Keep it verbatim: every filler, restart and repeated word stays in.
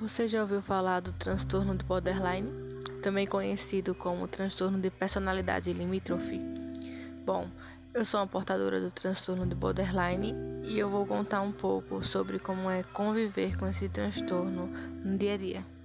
Você já ouviu falar do transtorno de borderline, também conhecido como transtorno de personalidade limítrofe? Bom, eu sou uma portadora do transtorno de borderline e eu vou contar um pouco sobre como é conviver com esse transtorno no dia a dia.